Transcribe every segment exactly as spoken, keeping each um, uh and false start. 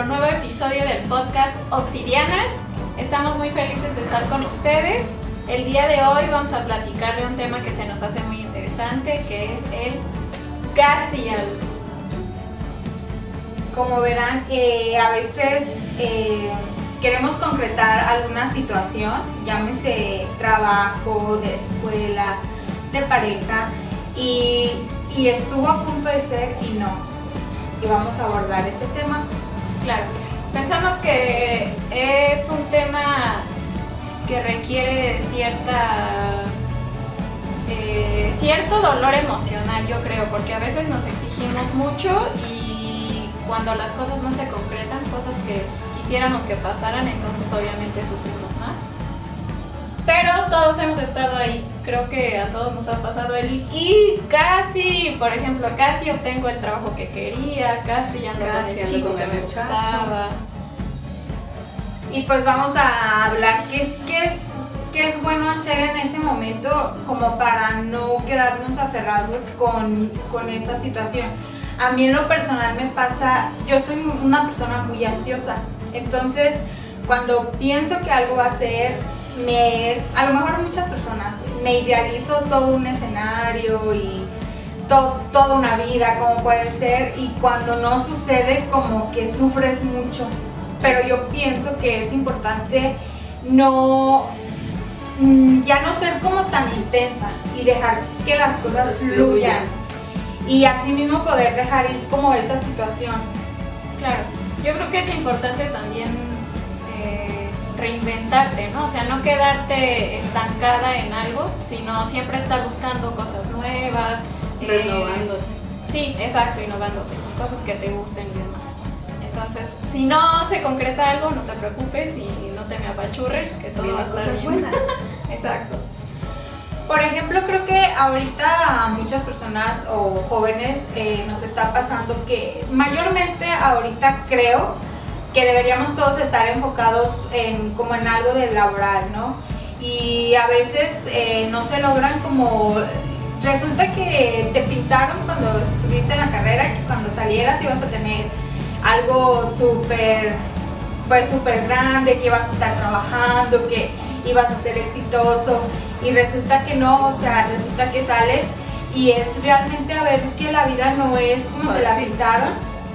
nuevo episodio del podcast Obsidianas. Estamos muy felices de estar con ustedes. El día de hoy vamos a platicar de un tema que se nos hace muy interesante, que es el casi algo. Como verán, eh, a veces eh, queremos concretar alguna situación, llámese trabajo, de escuela, de pareja, y, y estuvo a punto de ser y no. Y vamos a abordar ese tema. Claro, pensamos que es un tema que requiere cierta, eh, cierto dolor emocional, yo creo, porque a veces nos exigimos mucho y cuando las cosas no se concretan, cosas que quisiéramos que pasaran, entonces obviamente sufrimos más. Pero todos hemos estado ahí, creo que a todos nos ha pasado el y casi, por ejemplo, casi obtengo el trabajo que quería, casi ando con el chico que me gustaba. Y pues vamos a hablar qué, qué, es, qué es bueno hacer en ese momento como para no quedarnos aferrados con, con esa situación. A mí en lo personal me pasa, yo soy una persona muy ansiosa, entonces cuando pienso que algo va a ser, me, a lo mejor muchas personas, me idealizo todo un escenario y to, toda una vida como puede ser, y cuando no sucede como que sufres mucho. Pero yo pienso que es importante no, ya no ser como tan intensa y dejar que las cosas fluyan y así mismo poder dejar ir como esa situación. Claro, yo creo que es importante también eh, reinventarte, ¿no? O sea, no quedarte estancada en algo, sino siempre estar buscando cosas nuevas, renovándote. Eh, sí, exacto, innovándote, cosas que te gusten y demás. Entonces, si no se concreta algo, no te preocupes y no te me apachurres, que todo va a estar bien. Buenas. Exacto. Por ejemplo, creo que ahorita a muchas personas o jóvenes eh, nos está pasando que mayormente ahorita creo que deberíamos todos estar enfocados en, como en algo de laboral, ¿no? Y a veces eh, no se logran como... Resulta que te pintaron cuando estuviste en la carrera que cuando salieras ibas a tener algo súper, pues súper grande, que ibas a estar trabajando, que ibas a ser exitoso, y resulta que no, o sea, resulta que sales y es realmente a ver que la vida no es como te la pintaron,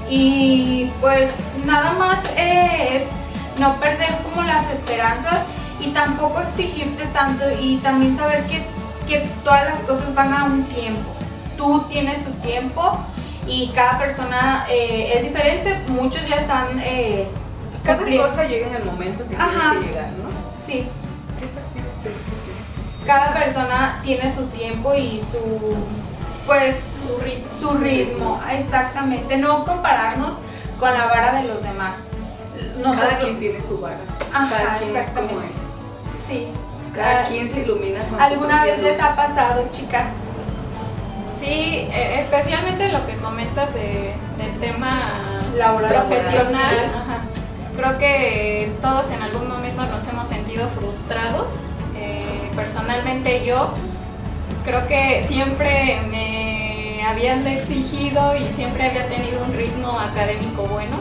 y pues nada más eh, es no perder como las esperanzas y tampoco exigirte tanto, y también saber que, que todas las cosas van a un tiempo. Tú tienes tu tiempo y cada persona eh, es diferente, muchos ya están... Eh, cada cumpliendo. cosa llega en el momento que Ajá. tiene que llegar, ¿no? Sí. Es así de sencillo. Cada persona tiene su tiempo y su, pues, Su ritmo. su ritmo, exactamente. No compararnos con la vara de los demás. Nosotros, Cada quien tiene su vara. Ajá, Cada quien es exactamente. como es. Sí. Cada Cada- quien se ilumina con su ¿Alguna propia vez les luz. ha pasado, chicas? Sí, eh, especialmente lo que comentas de, del tema Laboral. profesional. Ajá. Creo que todos en algún momento nos hemos sentido frustrados. Eh, personalmente yo creo que siempre me habían exigido y siempre había tenido un ritmo académico bueno.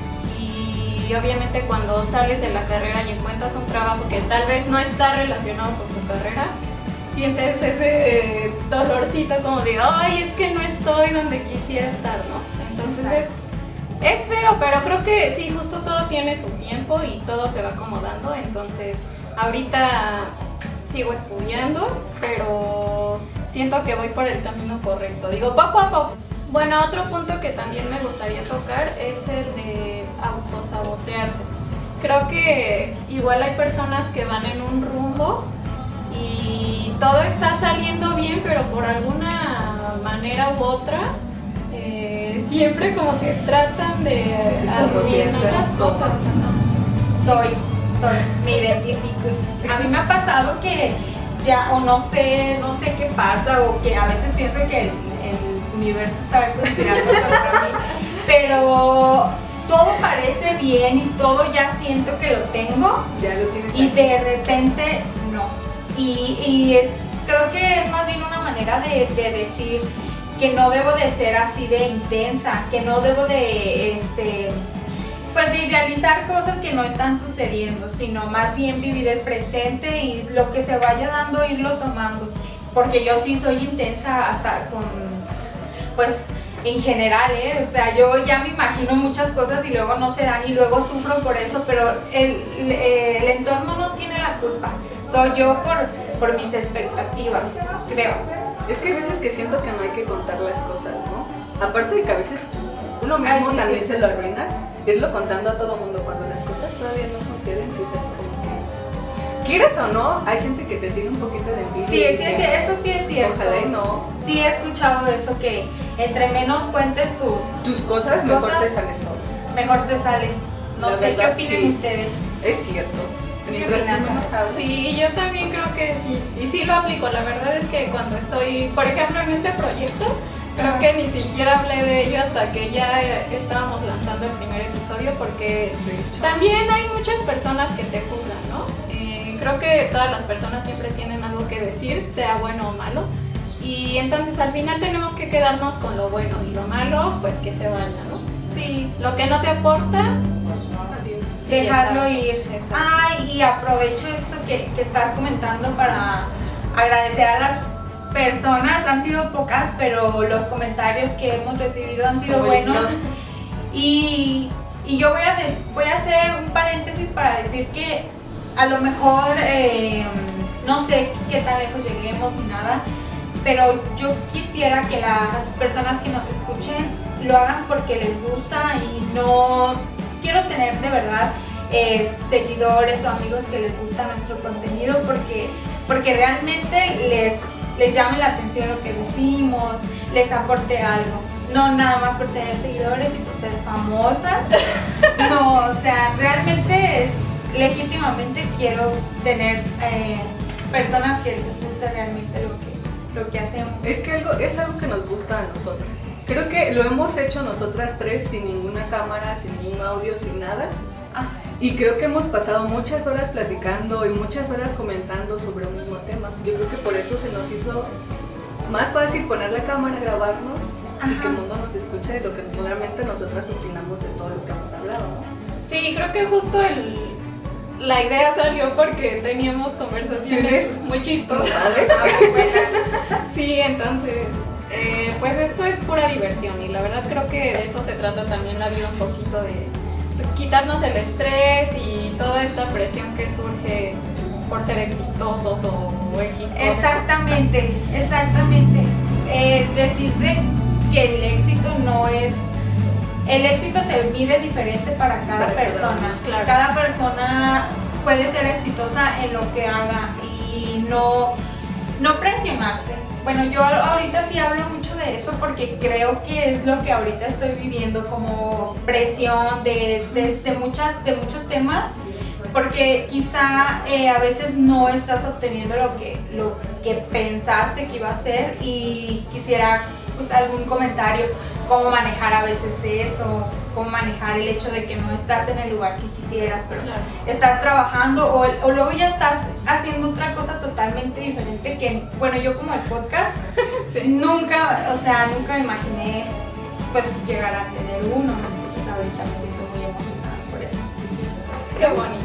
Y obviamente cuando sales de la carrera y encuentras un trabajo que tal vez no está relacionado con tu carrera, sientes ese eh, dolorcito como de, ay, es que no estoy donde quisiera estar, ¿no? Entonces es, es feo, pero creo que sí, justo todo tiene su tiempo y todo se va acomodando. Entonces ahorita sigo estudiando, pero siento que voy por el camino correcto, digo, poco a poco. Bueno, otro punto que también me gustaría tocar es el de autosabotearse. Creo que igual hay personas que van en un rumbo y todo está saliendo bien, pero por alguna manera u otra eh, siempre como que tratan de arruinar las cosas. ¿No? Soy, soy, me identifico. A mí me ha pasado que ya, o no sé, no sé qué pasa, o que a veces pienso que el, el universo está conspirando contra mí, pero todo parece bien y todo ya siento que lo tengo, Ya lo tienes y aquí. de repente no. Y, y es, creo que es más bien una manera de, de decir que no debo de ser así de intensa, que no debo de, este, pues de idealizar cosas que no están sucediendo, sino más bien vivir el presente y lo que se vaya dando irlo tomando, porque yo sí soy intensa hasta con, pues en general, ¿eh? O sea, yo ya me imagino muchas cosas y luego no se dan y luego sufro por eso, pero el, el, el entorno no tiene la culpa, soy yo por, por mis expectativas, creo. Es que hay veces que siento que no hay que contar las cosas, ¿no? Aparte de que a veces uno mismo Ay, sí, también sí. se lo arruina, irlo contando a todo mundo cuando las cosas todavía no suceden, si es así como que... Quieras o no, hay gente que te tiene un poquito de envidia. Sí, y sí, dice, sí, eso sí es cierto. Ojalá y no. Sí he escuchado eso, que entre menos cuentes tus, Tus cosas tus mejor cosas, te salen todo. mejor te salen. No La sé, ¿qué verdad, opinen sí. ustedes? Es cierto. ¿Qué Mientras tú opinas, menos Ana? hables. Sí, yo también creo que sí. Y sí lo aplico. La verdad es que cuando estoy, por ejemplo, en este proyecto, creo Ajá. que ni siquiera hablé de ello hasta que ya eh, estábamos lanzando el primer episodio, porque De hecho. también hay muchas personas que te juzgan, ¿no? Eh, creo que todas las personas siempre tienen algo que decir, sea bueno o malo. Y entonces al final tenemos que quedarnos con lo bueno, y lo malo, pues que se vaya, ¿no? Sí, lo que no te aporta, Adiós. sí, Dejarlo exacto, ir. exacto. Ay, y aprovecho esto que, que estás comentando para agradecer a las personas. Han sido pocas, pero los comentarios que hemos recibido han sido Son buenos. bonitos. Y, y yo voy a, des- voy a hacer un paréntesis para decir que a lo mejor, eh, no sé qué tan lejos lleguemos ni nada, pero yo quisiera que las personas que nos escuchen lo hagan porque les gusta, y no quiero tener de verdad eh, seguidores o amigos que les gusta nuestro contenido porque, porque realmente les, les llame la atención lo que decimos, les aporte algo. No nada más por tener seguidores y por ser famosas. No, o sea, realmente es legítimamente quiero tener eh, personas que les guste realmente lo que, lo que hacemos. Es que algo, es algo que nos gusta a nosotras. Creo que lo hemos hecho nosotras tres sin ninguna cámara, sin ningún audio, sin nada. Ah, Y creo que hemos pasado muchas horas platicando y muchas horas comentando sobre un mismo tema. Yo creo que por eso se nos hizo más fácil poner la cámara, grabarnos y Ajá. que el mundo nos escuche de lo que realmente nosotras opinamos de todo lo que hemos hablado, ¿no? Sí, creo que justo el, la idea salió porque teníamos conversaciones ¿Sí ves? muy chistosas. ¿Sabes? muy buenas. Sí, entonces, eh, pues esto es pura diversión, y la verdad creo que de eso se trata también la vida, un poquito de pues, quitarnos el estrés y toda esta presión que surge por ser exitosos o X cosas. Exactamente, exactamente. Eh, decirte que el éxito no es... El éxito se mide diferente para cada Para cada persona. uno, claro. Cada persona puede ser exitosa en lo que haga y no, no presionarse. Bueno, yo ahorita sí hablo mucho de eso porque creo que es lo que ahorita estoy viviendo, como presión de, de, de, muchas, de muchos temas, porque quizá eh, a veces no estás obteniendo lo que, lo que pensaste que iba a ser, y quisiera pues algún comentario, cómo manejar a veces eso, cómo manejar el hecho de que no estás en el lugar que quisieras, pero Claro. estás trabajando o, o luego ya estás haciendo otra cosa totalmente diferente que, bueno, yo como el podcast, Sí. nunca, o sea, nunca me imaginé pues llegar a tener uno, pues ahorita me siento muy emocionada por eso. Qué bonito.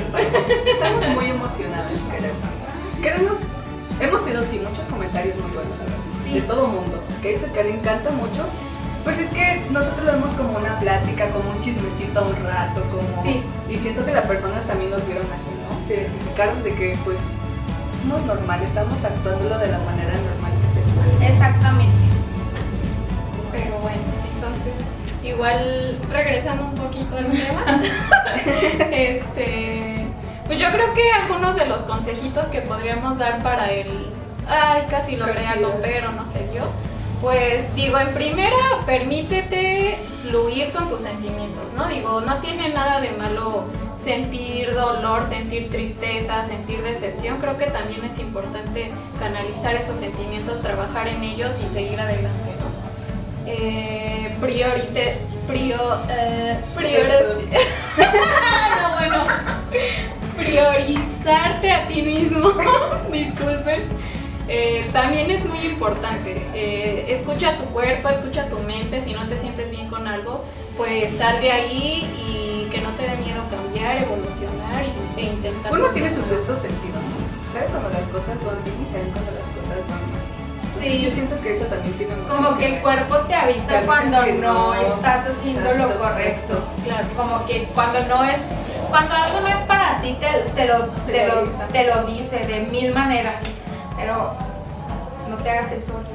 Sí. Estamos muy emocionadas, queremos. Queremos, hemos tenido sí muchos comentarios muy buenos, la verdad, Sí. de todo mundo, que dice que le encanta mucho. Pues es que nosotros lo vemos como una plática, como un chismecito un rato, como... Sí. Y siento que las personas también nos vieron así, ¿no? Se identificaron de que pues somos normales, estamos actuándolo de la manera normal que se puede. Exactamente. Pero bueno, entonces, igual regresando un poquito al tema, este, pues yo creo que algunos de los consejitos que podríamos dar para el, ay, casi logré Casi, algo, ¿eh? pero no se dio. Pues digo, en primera, permítete fluir con tus sentimientos, ¿no? Digo, no tiene nada de malo sentir dolor, sentir tristeza, sentir decepción. Creo que también es importante canalizar esos sentimientos, trabajar en ellos y seguir adelante, ¿no? Eh, priorite, prio, eh, prioris- no, bueno, priorizarte a ti mismo, disculpen. eh, también es muy importante. Eh, escucha tu cuerpo, escucha tu mente. Si no te sientes bien con algo, pues sal de ahí y que no te dé miedo cambiar, evolucionar y, e intentar. Uno tiene su sexto sentido, ¿no? ¿Sabes cuando las cosas van bien y saben cuando las cosas van mal? Sí. Entonces, yo siento que eso también tiene mucho Como que el ver. cuerpo te avisa, Te avisa cuando que no, no, estás haciendo lo exacto, correcto. Claro. Como que cuando no es, cuando algo no es para ti, te, te, lo, Te te, lo lo, avisa. te lo dice de mil maneras. Pero no te hagas el sol.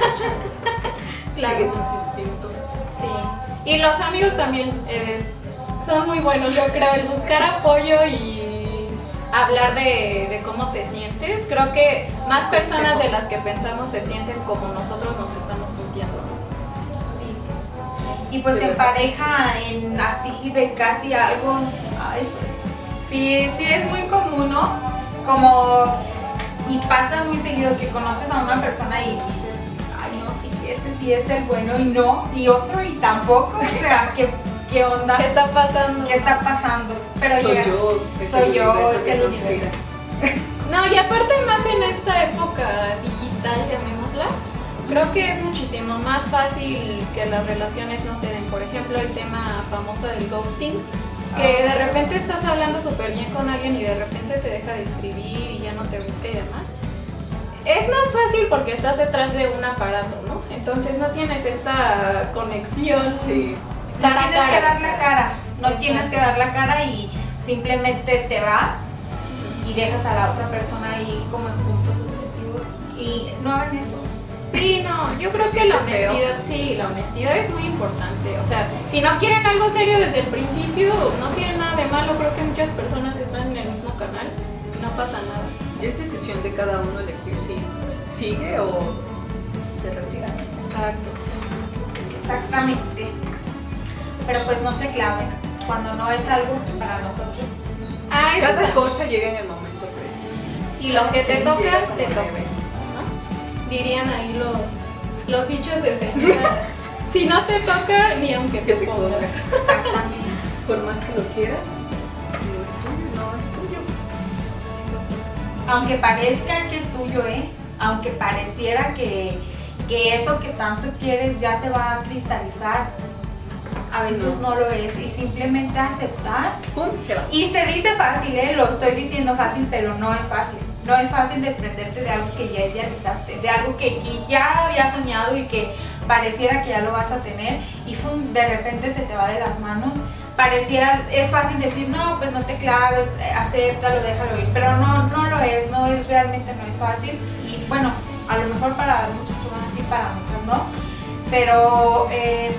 Claro. Sigue tus instintos. Sí. Y los amigos también es, son muy buenos, yo creo, el buscar apoyo y hablar de, de cómo te sientes. Creo que más personas de las que pensamos se sienten como nosotros nos estamos sintiendo, ¿no? Sí. Y pues De en verdad. pareja, en así de casi algo, ay pues, sí, sí es muy común, ¿no? Como, y pasa muy seguido que conoces a una persona y dices, ay no, sí, este sí es el bueno y no, y otro y tampoco, o sea, ¿qué, qué onda? ¿Qué está pasando? ¿Qué está pasando? Pero Soy llega- yo, es soy el yo, universo es que el conspira. universo. No, y aparte más en esta época digital, llamémosla, creo que es muchísimo más fácil que las relaciones no se den. Por ejemplo, el tema famoso del ghosting, que de repente estás hablando súper bien con alguien y de repente te deja de escribir y ya no te busca y demás. Es más fácil porque estás detrás de un aparato, ¿no? Entonces no tienes esta conexión. Sí. No Cara a tienes que cara. dar la cara, no Exacto. tienes que dar la cara y simplemente te vas y dejas a la otra persona ahí como en puntos suspensivos y no hagan eso. Sí, no, yo Se creo que la siente feo. honestidad, sí, la honestidad es muy importante. O sea, si no quieren algo serio desde el principio, no tiene nada de malo. Creo que muchas personas están en el mismo canal y no pasa nada. Ya es decisión de cada uno elegir si sigue o se retira. Exacto, sí. Exactamente. Pero pues no se claven cuando no es algo para nosotros. Ah, eso Cada también. cosa llega en el momento preciso. Y lo que te Sí, toca, llega como te toca. debe. ¿No? Dirían ahí los, los dichos de señora. Si no te toca, ni aunque Que te te pongas. pongas. Exactamente. Por más que lo quieras, si no es tuyo, no es tuyo. Eso sí. Aunque parezca que es tuyo, ¿eh? Aunque pareciera que, que eso que tanto quieres ya se va a cristalizar, a veces no, No. lo es. Y simplemente aceptar. ¡Pum! Se va. Y se dice fácil, ¿eh? Lo estoy diciendo fácil, pero no es fácil. No es fácil desprenderte de algo que ya idealizaste, de algo que, que ya habías soñado y que pareciera que ya lo vas a tener y ¡fum! De repente se te va de las manos. Pareciera, es fácil decir, no, pues no te claves, eh, acéptalo, déjalo ir, pero no, no lo es, no es, realmente no es fácil. Y bueno, a lo mejor para muchas personas sí, para muchas no, pero eh,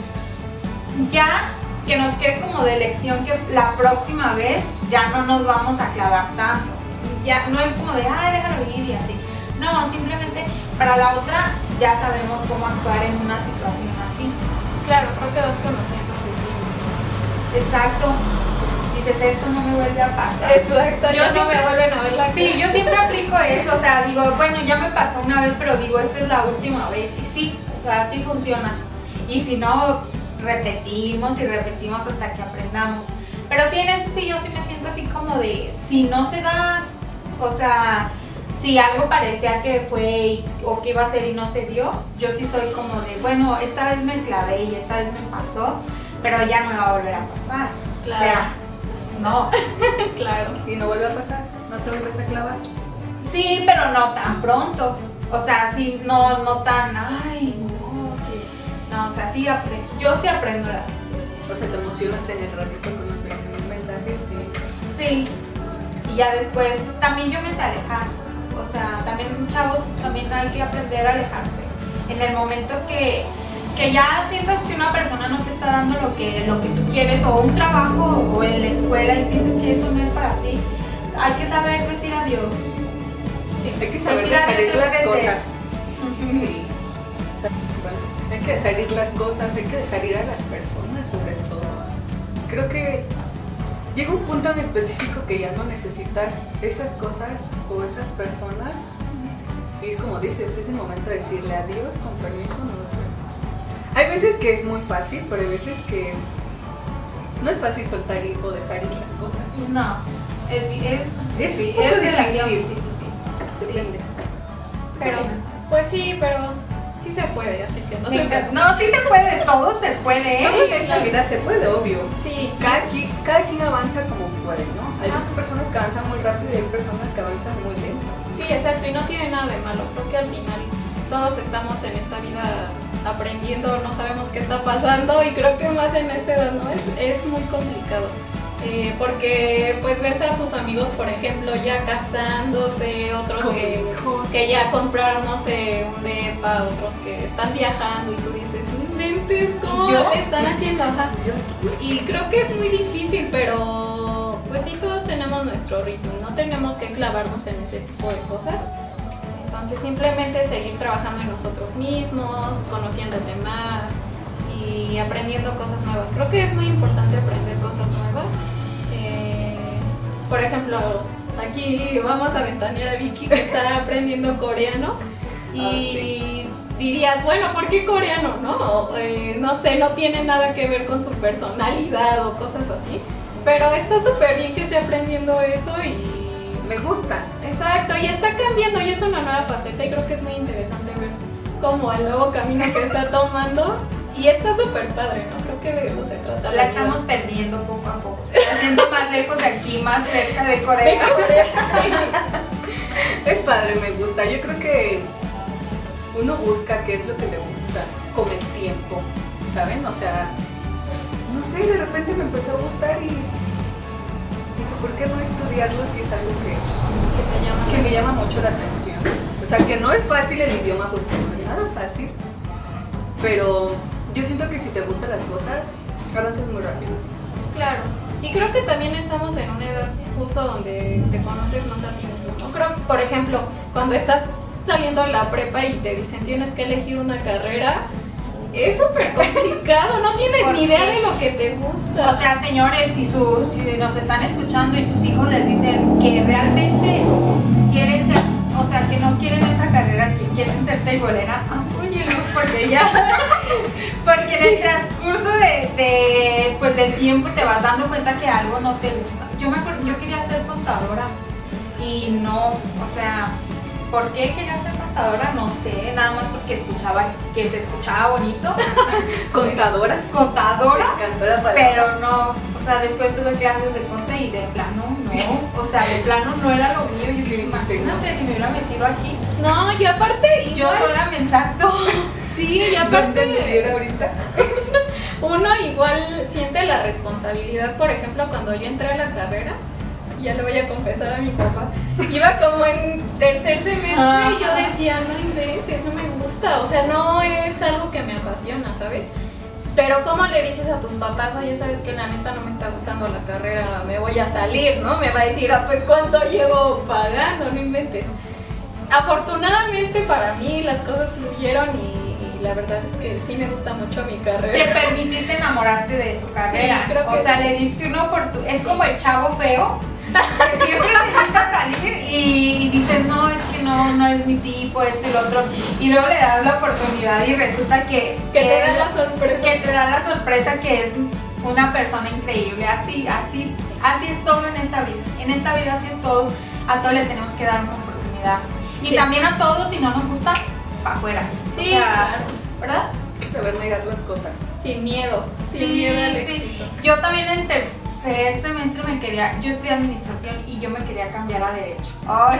ya que nos quede como de lección que la próxima vez ya no nos vamos a clavar tanto. Ya no es como de, ay, déjalo ir y así. No, simplemente para la otra ya sabemos cómo actuar en una situación así. Claro, creo que vas conociendo tus límites. Exacto. Dices, esto no me vuelve a pasar. Exacto, Yo yo no siempre- me vuelven a ver la Sí, cara. yo siempre aplico eso, o sea, digo, bueno, ya me pasó una vez, pero digo, esta es la última vez. Y sí, o sea, sí funciona. Y si no, repetimos y repetimos hasta que aprendamos. Pero sí, en eso sí, yo sí me siento así como de, si no se da, o sea, si algo parecía que fue y- o que iba a ser y no se dio, yo sí soy como de, bueno, esta vez me clavé y esta vez me pasó, pero ya no me va a volver a pasar. Claro. O sea, no. Claro. Y no vuelve a pasar, no te vuelves a clavar. Sí, pero no tan pronto. O sea, sí, no, no tan, ay, no, que... No, o sea, sí aprendo. Yo sí aprendo la lección. O sea, te emocionas en el ratito con los veinte mil mensajes y Sí. Y ya después, también yo me sé alejar. O sea, también, chavos, también hay que aprender a alejarse. En el momento que, que ya sientas que una persona no te está dando lo que, lo que tú quieres, o un trabajo, o en la escuela, y sientes que eso no es para ti, hay que saber decir adiós. Sí. hay que saber Decir dejar adiós ir es las crecer. cosas. Sí. O sea, bueno, hay que dejar ir las cosas, hay que dejar ir a las personas sobre todo. Creo que llega un punto en específico que ya no necesitas esas cosas o esas personas. Y es como dices, es el momento de decirle adiós, con permiso, nos vemos. Hay veces que es muy fácil, pero hay veces que no es fácil soltar ir o dejar ir las cosas. No, es, es, Es sí, un poco relativamente difícil. difícil. Sí. Depende. pero... Pues sí, pero sí se puede, así que no se puede. No, sí se puede, todo se puede, ¿eh? Todo en esta vida se puede, obvio. Sí. Cada quien, cada quien avanza como puede, ¿no? Hay Ajá. personas que avanzan muy rápido y hay personas que avanzan muy lento. Sí, exacto, y no tiene nada de malo. Creo que al final todos estamos en esta vida aprendiendo, no sabemos qué está pasando y creo que más en esta edad, ¿no? Es, es muy complicado. Eh, porque pues ves a tus amigos, por ejemplo, ya casándose, otros Con que, hijos. que ya compraron, no sé, un depa, otros que están viajando y tú dices, no inventes, ¿cómo ¿Yo? le están haciendo? Ajá. Y creo que es muy difícil, pero pues sí, todos tenemos nuestro ritmo y no tenemos que clavarnos en ese tipo de cosas. Entonces simplemente seguir trabajando en nosotros mismos, conociéndote más y aprendiendo cosas nuevas. Creo que es muy importante aprender cosas nuevas. Eh, por ejemplo, aquí vamos a ventanear a Vicky que está aprendiendo coreano y Ah, sí. dirías, bueno, ¿por qué coreano? No, O, eh, no sé, no tiene nada que ver con su personalidad o cosas así, pero está súper bien que esté aprendiendo eso y... Me gusta. Exacto, y está cambiando y es una nueva faceta y creo que es muy interesante ver como el nuevo camino que está tomando y está súper padre, ¿no? Creo que de eso se trata. La vida. estamos perdiendo poco a poco. Haciendo más lejos de aquí, más cerca de Corea. Es padre, me gusta. Yo creo que uno busca qué es lo que le gusta con el tiempo, ¿saben? O sea, no sé, de repente me empezó a gustar y dije, ¿por qué no estudiarlo si es algo que, Que te llama. que me llama mucho la atención? O sea, que no es fácil el idioma porque no es nada fácil, pero yo siento que si te gustan las cosas, avanzas muy rápido. Claro. Y creo que también estamos en una edad justo donde te conoces más a ti mismo, ¿no? Creo, por ejemplo, cuando estás saliendo de la prepa y te dicen tienes que elegir una carrera, es súper complicado, no tienes ¿Por ni idea qué? de lo que te gusta. O sea, señores, si, sus, si nos están escuchando y sus hijos les dicen que realmente quieren ser, o sea, que no quieren esa carrera, que quieren ser teibolera, apóyenlos porque ya, porque en el transcurso de, de, pues, del tiempo te vas dando cuenta que algo no te gusta. Yo me acuerdo, yo quería ser contadora y no, o sea, ¿por qué quería ser contadora? No sé, nada más porque escuchaba que se escuchaba bonito. Contadora. Contadora. Me encantó la palabra. Pero no, o sea, después tuve clases de conta y de plano no, o sea, de plano no era lo mío. Y yo dije, imagínate si me hubiera metido aquí. No, y aparte, Yo igual- sola me ensarto. Sí, y ¿Dónde aparte viviera ahorita? uno igual siente la responsabilidad. Por ejemplo, cuando yo entré a la carrera, ya le voy a confesar a mi papá, iba como en tercer semestre y yo decía, no inventes, no me gusta, o sea, no es algo que me apasiona, ¿sabes? Pero ¿cómo le dices a tus papás, oye, sabes que la neta no me está gustando la carrera, me voy a salir, ¿no? Me va a decir, ah, pues ¿cuánto llevo pagando? No inventes. Afortunadamente para mí las cosas fluyeron y, y la verdad es que sí me gusta mucho mi carrera. Te permitiste enamorarte de tu carrera. Sí, creo que o sea, sí. le diste una oportunidad. Es como el chavo feo que siempre necesita salir y, y dices, no, es que no, no es mi tipo, esto y lo otro. Y luego le das la oportunidad y resulta que, Que te da la sorpresa. que te da la sorpresa que es una persona increíble. Así, así, así es todo en esta vida. En esta vida así es todo. A todos le tenemos que dar una oportunidad. Y Sí. también a todos, si no nos gusta, para afuera. Sí, O sea, claro. ¿verdad? Saber negar las cosas. Sin miedo, sin Sí, miedo al sí. éxito. Yo también en tercer semestre me quería, yo estudié administración y yo me quería cambiar a derecho. Ay.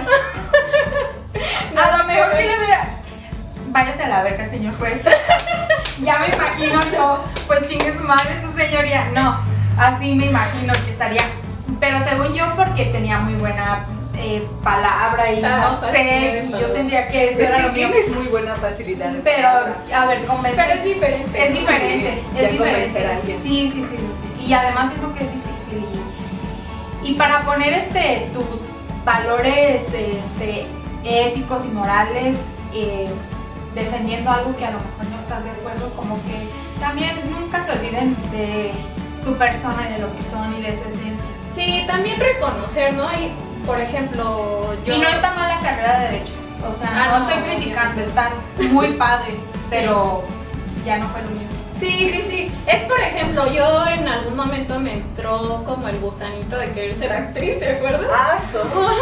A lo mejor si le hubiera. Váyase a la verga, señor juez. Ya me imagino yo, pues chingue su madre, su señoría. No, así me imagino que estaría. Pero según yo, porque tenía muy buena eh, palabra y Ah, no facilidad de sé, y yo palabra. sentía que eso Es era que lo mío. tienes muy buena facilidad de Pero, palabra. a ver, convencer. Pero es diferente. Es diferente, Sí, ya es convencer diferente. a alguien. Sí, sí, sí, sí, sí. Y además siento que es difícil. Y, y para poner este tus valores este, éticos y morales, eh, defendiendo algo que a lo mejor no estás de acuerdo, como que también nunca se olviden de su persona y de lo que son y de su esencia. Sí, también reconocer, ¿no? Y, por ejemplo, yo... Y no está mal la carrera de derecho. O sea, Ah, no, no, estoy criticando, está muy padre, pero ya no fue lo mío. Sí, sí, sí. Es, por ejemplo, yo en algún momento me entró como el gusanito de querer ser actriz, ¿te acuerdas? Ah, somos.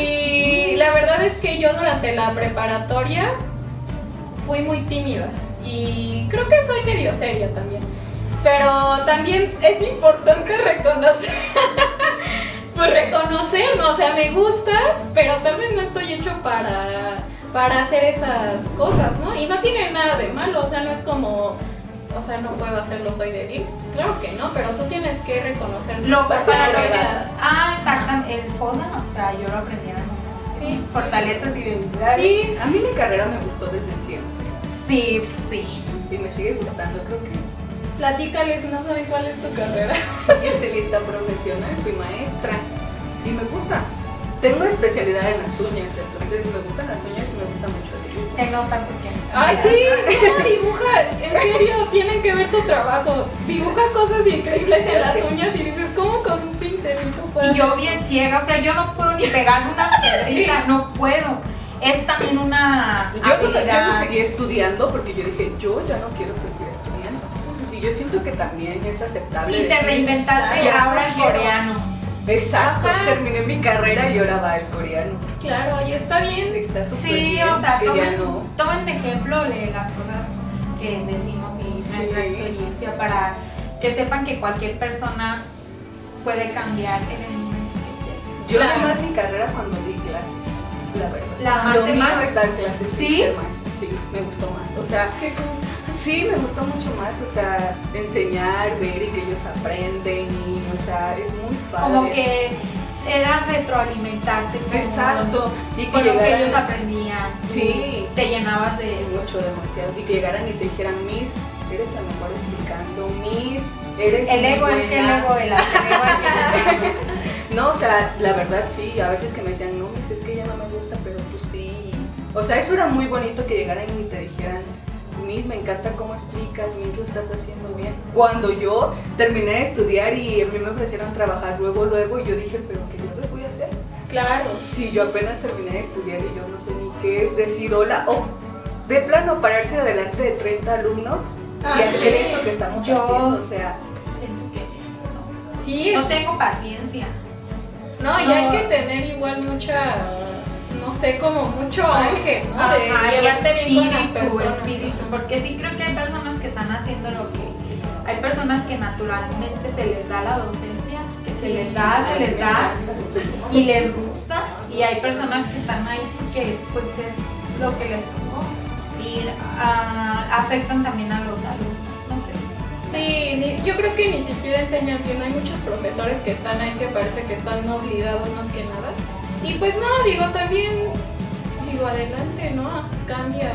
Y la verdad es que yo durante la preparatoria fui muy tímida y creo que soy medio seria también. Pero también es importante reconocer, pues reconocer, ¿no? O sea, me gusta, pero tal vez no estoy hecho para, para hacer esas cosas, ¿no? Y no tiene nada de malo, o sea, no es como... O sea, no puedo hacerlo, soy débil. Pues claro que no, pero tú tienes que reconocer tus Lo para lo que fortalezas. Ah, exactamente. El FODA, o sea, yo lo aprendí a demostrar. Sí, Fortalezas y debilidades. Sí, A mí mi carrera me gustó desde siempre. Sí, sí. Y me sigue gustando, creo que. platícales, no saben cuál es tu carrera. Soy estilista profesional, fui maestra. Y me gusta. Tengo especialidad en las uñas, entonces me gustan las uñas y me gusta mucho el dibujo. Se nota porque. Ay, sí, no, dibuja, en serio, tienen que ver su trabajo. Dibuja cosas increíbles en las uñas y dices, ¿cómo con un pincelito puedes? Y yo bien ciega, o sea, yo no puedo ni pegar una piedrita, no puedo. Es también una Yo no, yo habilidad. no seguí estudiando porque yo dije, yo ya no quiero seguir estudiando. Y yo siento que también es aceptable. Y te decir, reinventaste ya ahora el quiero. coreano. Exacto, Ajá. terminé mi carrera y ahora va el coreano. Claro, y está bien. Está súper Sí, bien, o sea, que ya tomen, no. tomen de ejemplo de las cosas que decimos y Sí. nuestra experiencia para que sepan que cualquier persona puede cambiar en el momento que quiera. Yo Claro. además mi carrera cuando di clases, la verdad. ¿La Lo amaste mío más? es dar clases, ¿Sí? sí, ser maestra, sí, me gustó más. O sea, Qué cool. sí, me gustó mucho más, o sea, enseñar, ver y que ellos aprenden y, o sea, es muy padre. Como que era retroalimentarte con, Exacto, y que con lo que llegaran- ellos aprendían. Sí. Te llenabas de eso. mucho, demasiado, y que llegaran y te dijeran, Miss, eres la mejor explicando, Miss, eres El muy ego es que el buena". ego, el ego es que No, o sea, la verdad sí, a veces que me decían, no, Miss, es que ya no me gusta, pero tú sí. O sea, eso era muy bonito que llegaran y te dijeran, Miss, me encanta cómo explicas, Miss, lo estás haciendo bien. Cuando yo terminé de estudiar y a mí me ofrecieron trabajar luego, luego, y yo dije, pero ¿qué yo les voy a hacer? Claro. Si yo apenas terminé de estudiar y yo no sé ni qué es decir hola, o de plano pararse delante de treinta alumnos Ah, y hacer sí. esto que estamos Yo- haciendo, o sea, siento que Sí, no es- tengo paciencia. no, y no. hay que tener igual mucha, no sé, como mucho ángel, ¿no? De Ajá, y llevarse bien con las espíritu, personas. espíritu, porque sí creo que hay personas que están haciendo lo que hay personas que naturalmente se les da la docencia, que se Sí. les da, se les da y les gusta, y hay personas que están ahí porque pues es lo que les tocó y ah, afectan también a los alumnos, no sé. Sí, ni- yo creo que ni siquiera enseñan bien. Hay muchos profesores que están ahí que parece que están obligados más que nada. Y pues no, digo, también, digo, adelante, ¿no? Haz- Cambia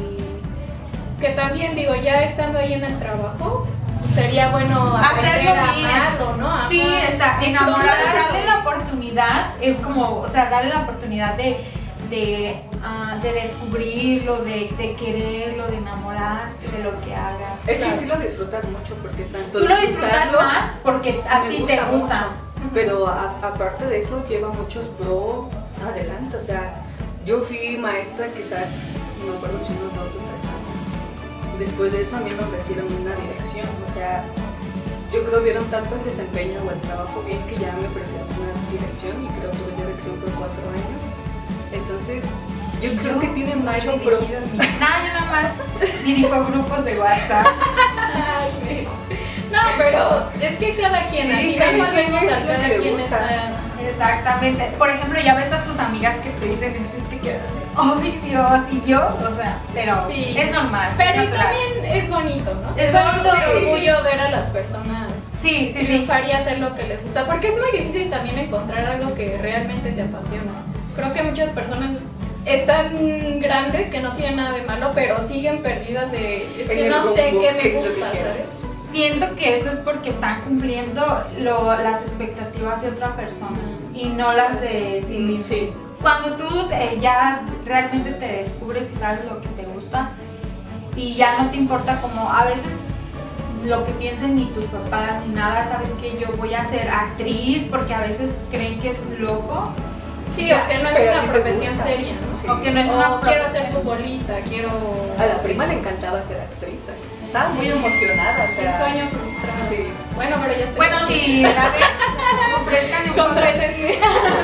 y que también, digo, ya estando ahí en el trabajo, sería bueno aprender Hacerlo a bien. amarlo, ¿no? Sí, Amar, exacto. Enamorar, disfrutarlo. darle la oportunidad, es como, o sea, darle la oportunidad de, de, ah, de descubrirlo, de, de quererlo, de enamorarte de lo que hagas. es que Claro. sí lo disfrutas mucho porque tanto Tú lo disfrutas disfrutarlo, más porque sí a me ti te gusta. mucho, pero a- aparte de eso lleva muchos pro adelante, o sea, yo fui maestra quizás, no me acuerdo si unos dos o tres años. Después de eso a mí me ofrecieron una dirección, o sea, yo creo vieron tanto el desempeño o el trabajo bien que ya me ofrecieron una dirección y creo que tuve dirección por cuatro años. Entonces, yo ¿Y creo yo? que tiene No he mucho pro. dirigido ni- Nada, yo nada más dirijo grupos de WhatsApp. Ay, sí. No, pero es que cada quien, al Sí, final sí, volvemos es a lo que cada le quien gusta. está. Exactamente. Por ejemplo, ya ves a tus amigas que te dicen eso y te quedas de, ¡ay, Dios! Y yo, o sea, pero Sí. es normal. Pero es natural. también es bonito, ¿no? Es Es bonito, bonito sí, orgullo ver a las personas Sí, sí, sí. triunfar y hacer lo que les gusta, porque es muy difícil también encontrar algo que realmente te apasiona. Creo que muchas personas están grandes que no tienen nada de malo, pero siguen perdidas de, es En que el no sé rumbo qué que me es lo que gusta, quieren. ¿sabes? Siento que eso es porque están cumpliendo lo- las expectativas de otra persona y no las de sí mismo. Sí. Cuando tú eh, ya realmente te descubres y sabes lo que te gusta y ya no te importa como a veces lo que piensen ni tus papás ni nada, sabes que yo voy a ser actriz porque a veces creen que es loco. Sí, Ya, o que no es pero a una ti te profesión gusta. seria, ¿no? Sí. O que no es O una quiero profesión. ser futbolista, quiero... A la prima le encantaba ser actriz. Estaba muy Sí. emocionada. O sea, Un sueño frustrado. Sí. Bueno, pero ya estoy... Bueno, si la ven, ofrezcan un papel. Contratenme.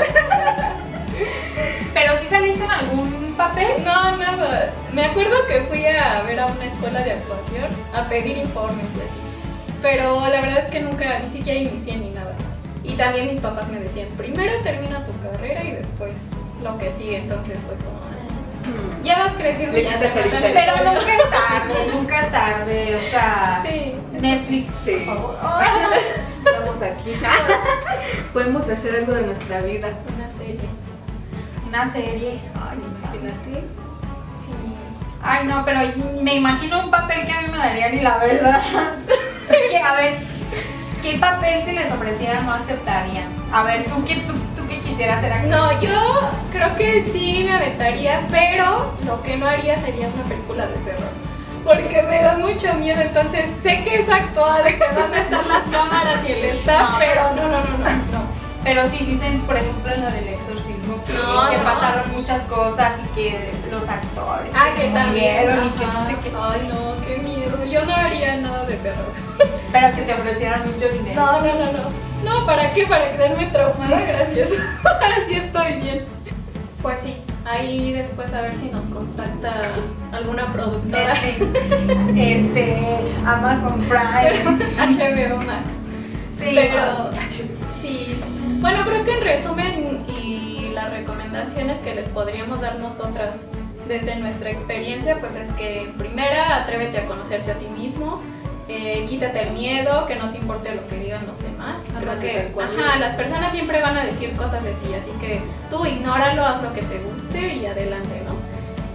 Pero si saliste en algún papel. No, nada. Me acuerdo que fui a ver a una escuela de actuación a pedir informes y así. Pero la verdad es que nunca, ni siquiera inicié ni nada. Y también mis papás me decían, primero termina tu carrera y después lo que sigue. Entonces fue como, ah, ya vas creciendo. Le ya quitas te el faltan interés. Pero nunca es tarde, nunca es tarde. O sea, Sí, eso Netflix, Sí. por favor. Estamos aquí. Podemos hacer algo de nuestra vida. sí, una serie. Una serie. Ay, imagínate. Sí. Ay, no, pero me imagino un papel que a mí me daría ni la verdad. Que, a ver, ¿qué papel si les ofrecieran no aceptarían? A ver, ¿tú qué, tú, tú qué quisieras hacer aquí? No, yo creo que sí me aventaría, pero lo que no haría sería una película de terror. Porque me da mucho miedo, entonces sé que es actual, que van a estar las cámaras y el staff, No. pero no, no, no, no, no. Pero sí dicen, por ejemplo, en la del exorcismo, que, No, que no. pasaron muchas cosas y que los actores Ah, se que también. murieron y que no ajá. sé qué. Ay, no, qué miedo. Yo no haría nada de terror. Pero que te ofrecieran mucho dinero. No, no, no, no. No, ¿para qué? Para quedarme traumada, gracias. Así estoy bien. Pues sí, ahí después a ver si nos contacta alguna productora. Netflix, este, Amazon Prime. H B O Max. Sí, Pero H B O. sí, bueno, creo que en resumen y las recomendaciones que les podríamos dar nosotras desde nuestra experiencia, pues es que primera, atrévete a conocerte a ti mismo, eh, quítate el miedo, que no te importe lo que digan los demás. Creo Ámate que tal cual ajá, eres. las personas siempre van a decir cosas de ti, así que tú ignóralo, haz lo que te guste y adelante, ¿no?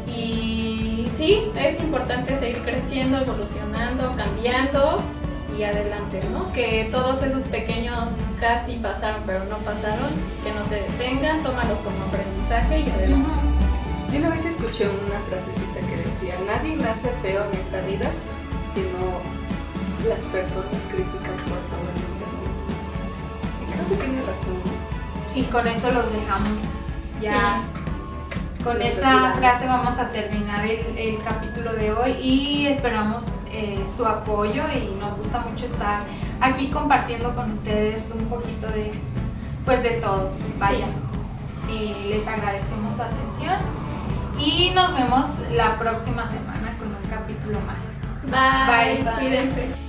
Y sí, es importante seguir creciendo, evolucionando, cambiando y adelante, ¿no? Que todos esos pequeños casi pasaron pero no pasaron, que no te detengan, tómalos como aprendizaje y adelante. Yo una vez escuché una frasecita que decía, nadie nace feo en esta vida, sino las personas critican por todo en este mundo. Y creo que tiene razón, ¿no? Sí, con eso los dejamos. Ya. Con Los esa retiramos. frase vamos a terminar el, el capítulo de hoy y esperamos eh, su apoyo y nos gusta mucho estar aquí compartiendo con ustedes un poquito de, pues de todo, vaya. Y les agradecemos su atención y nos vemos la próxima semana con un capítulo más. Bye, Bye, bye. cuídense.